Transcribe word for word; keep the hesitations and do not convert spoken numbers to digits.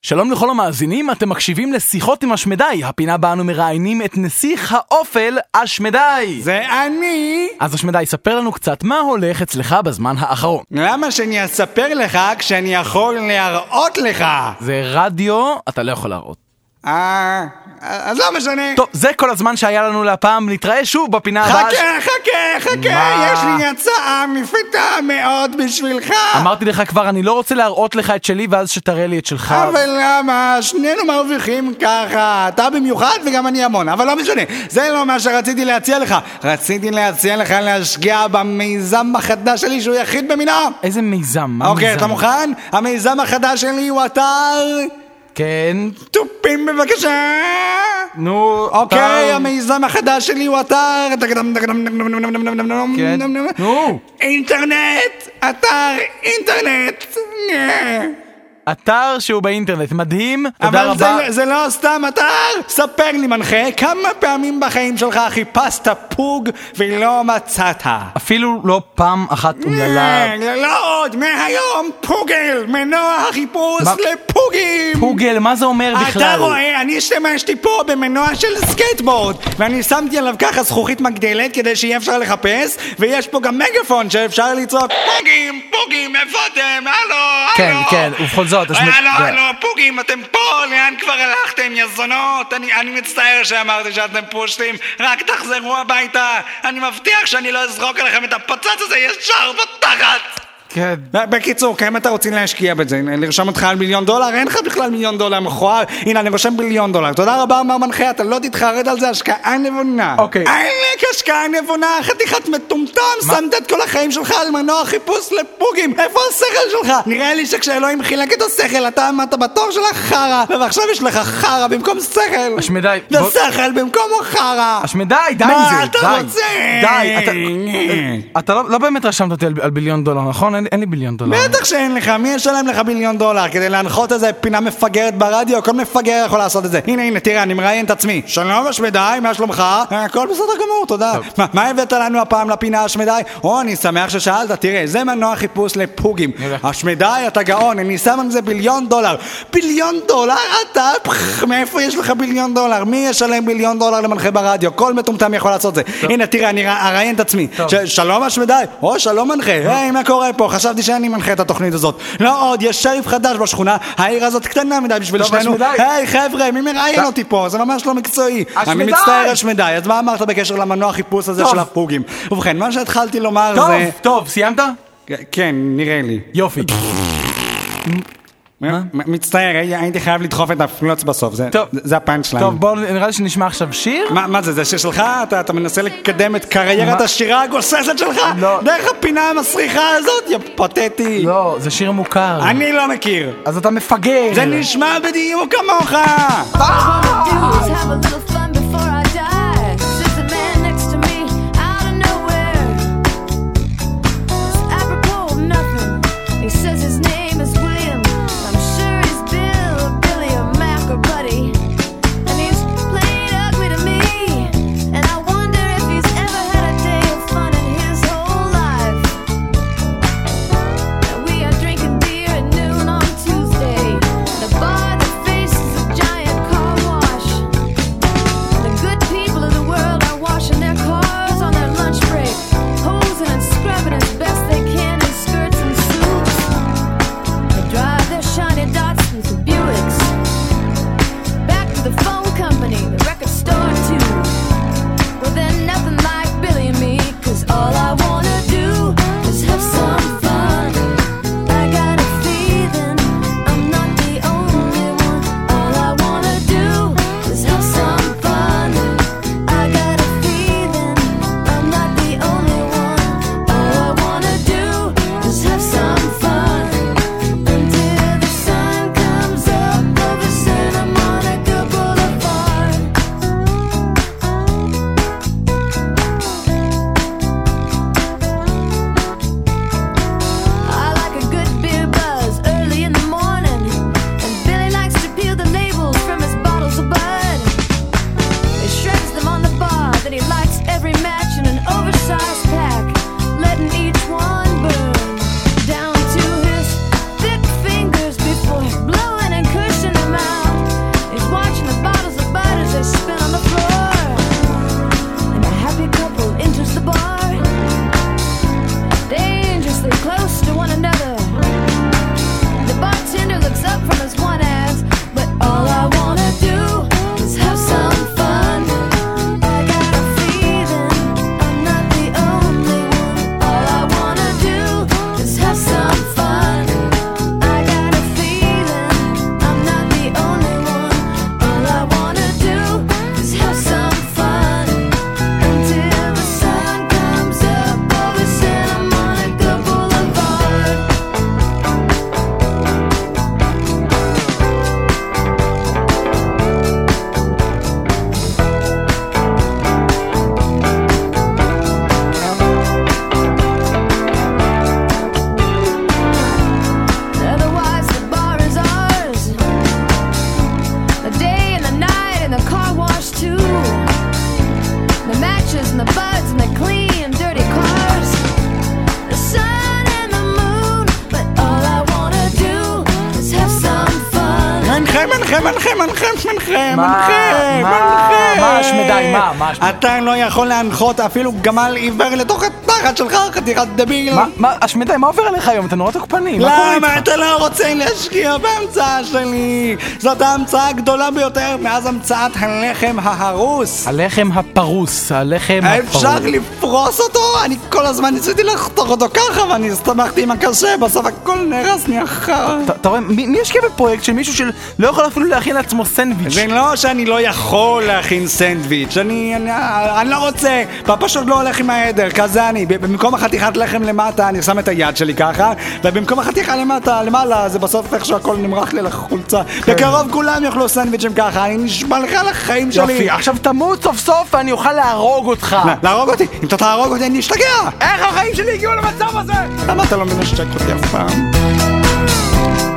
שלום לכל המאזינים, אתם מקשיבים לשיחות עם השמדי, הפינה בה אנו מראיינים את נסיך האופל השמדי. זה אני. אז השמדי, ספר לנו קצת מה הולך אצלך בזמן האחרון. למה שאני אספר לך כשאני יכול להראות לך? זה רדיו, אתה לא יכול להראות. אה, אז לא משנה. טוב, זה כל הזמן שהיה לנו להפעם, נתראה שוב בפינה הבאה. חכה, חכה, חכה, יש לי הצעה מפתה מאוד בשבילך. אמרתי לך כבר, אני לא רוצה להראות לך את שלי ואז שתראה לי את שלך. אבל למה? שנינו מרוויחים ככה, אתה במיוחד וגם אני המון, אבל לא משנה, זה לא מה שרציתי להציע לך. רציתי להציע לך להשקיע במיזם החדש שלי שהוא יחיד במינו. איזה מיזם? אוקיי, אתה מוכן? המיזם החדש שלי הוא אתר... כן. טופים בבקשה. נו, אוקיי, המיזם החדש שלי הוא אתר... כן. נו. אינטרנט. אתר אינטרנט. אתר שהוא באינטרנט, מדהים, תודה אבל רבה. זה, זה לא סתם אתר. ספר לי מנחה, כמה פעמים בחיים שלך חיפשת פוג ולא מצאת? אפילו לא פעם אחת אומללה. לא עוד, מהיום פוגל, מנוע החיפוש מה? לפוגים. פוגל, מה זה אומר בכלל? אתה רואה, אני השתמשתי פה במנוע של סקייטבורד, ואני שמתי עליו ככה זכוכית מגדלת כדי שיהיה אפשר לחפש, ויש פה גם מגפון שאפשר לצעוק פוגים, פוגים, איפה אתם? הלו, כן, הלו. כן, ובכל זאת הלו, הלו, פוגים, אתם פה, לאן כבר הלכתם, יזונות? אני, אני מצטער שאמרתי שאתם פושטים, רק תחזרו הביתה, אני מבטיח שאני לא אזרוק עליכם את הפצץ הזה ישר בתחת. כן. בקיצור, כמה אתה רוצים להשקיע בזה? לרשום אותך על מיליון דולר? אין לך בכלל מיליון דולר מכוער. הנה, אני רושם ביליון דולר. תודה רבה, מר מנחה, אתה לא תתחרט על זה, השקעה נבונה. אוקיי. עלק השקעה נבונה, חתיכת מטומטם, שמת את כל החיים שלך על מנוע חיפוש לפוגים. איפה השכל שלך? נראה לי שכשאלוהים חילק את השכל, אתה עמדת בתור של החרה, ועכשיו יש לך חרה במקום שכל. השמדי. ושכל במקום חרה. השמדי, די עם זה. מה אתה רוצה? די, אתה- אתה לא באמת רשמת אותי על ביליון דולר, נכון? אין- אין לי ביליון דולר. בטח שאין לך, מי ישלם לך ביליון דולר כדי להנחות איזה פינה מפגרת ברדיו? כל מפגר יכול לעשות את זה. הנה, הנה, תראה, אני מראיין את עצמי. שלום השמדי, מה שלומך? הכל בסדר גמור, תודה. מה, מה הבאת לנו הפעם לפינה השמדי? או, אני שמח ששאלת, תראה, זה מנוע חיפוש לפוגים. השמדי, אתה גאון, אני שם על זה ביליון דולר. ביליון דולר? אתה? פח, מאיפה יש לך ביליון דולר? מי ישלם ביליון דולר למנחה ברדיו? כל מטומטם יכול לעשות זה. הנה, תראה, אני אראיין את עצמי. שלום השמדי. או, שלום מנחה. היי, מה קורה פה? חשבתי שאני מנחה את התוכנית הזאת. לא עוד, יש שריף חדש בשכונה, העיר הזאת קטנה מדי בשביל שנינו. היי חבר'ה, מי מראיין אותי פה? זה ממש לא מקצועי. אני מצטער השמדי. אז מה אמרת בקשר למנוע חיפוש הזה של הפוגים? ובכן, מה שהתחלתי לומר זה... טוב, טוב, סיימת? כן, נראה לי. יופי. מצטער, הייתי חייב לדחוף את הפלוץ בסוף. זה הפאנץ' שלנו. טוב, בואו, נראה לי שנשמע עכשיו שיר. מה זה, זה שיר שלך? אתה מנסה לקדם את קריירת השירה הגוססת שלך? לא. דרך הפינה המסריחה הזאת, יא פתטי. לא, זה שיר מוכר. אני לא מכיר. אז אתה מפגר. זה נשמע בדיוק כמוך. מנחה, מנחה, מנחה, מנחה, מנחה, מה, מנחה, מה, מנחה. מה השמדי, מה, מה השמדי? אתה לא יכול להנחות אפילו גמל עיוור לתוך התחת שלך, חתיכת דביל. מה, מה, השמדי, מה עובר עליך היום? אתה נורא תוקפני, מה קורה למה איתך? אתה לא רוצה להשקיע בהמצאה שלי? זאת ההמצאה הגדולה ביותר מאז המצאת הלחם ההרוס. הלחם הפרוס, הלחם הפרוס. אפשר לפרוס אותו? אני כל הזמן ניסיתי לחתוך אותו ככה ואני הסתמכתי עם הקשה, בסוף הכל נהרס ניחר. אתה רואה, מי מי ישקיע בפרויקט של מישהו שלא יכול אפילו להכין לעצמו סנדוויץ'? זה לא שאני לא יכול להכין סנדוויץ', אני, אני, אני לא רוצה, פשוט לא הולך עם העדר, כזה אני. במקום החתיכת לחם למטה אני שם את היד שלי ככה, ובמקום החתיכה למטה, למעלה, זה בסוף איך שהכל נמרח לי לחולצה. בקרוב כולם יאכלו סנדוויצ'ים ככה, אני נשבע לך על החיים שלי. יופי, עכשיו תמות סוף סוף ואני אוכל להרוג אותך. להרוג אותי? אם אתה תהרוג אותי אני אשתגע! איך החיים שלי הגיעו למצב הזה? למה אתה לא מנשק אותי אף פעם?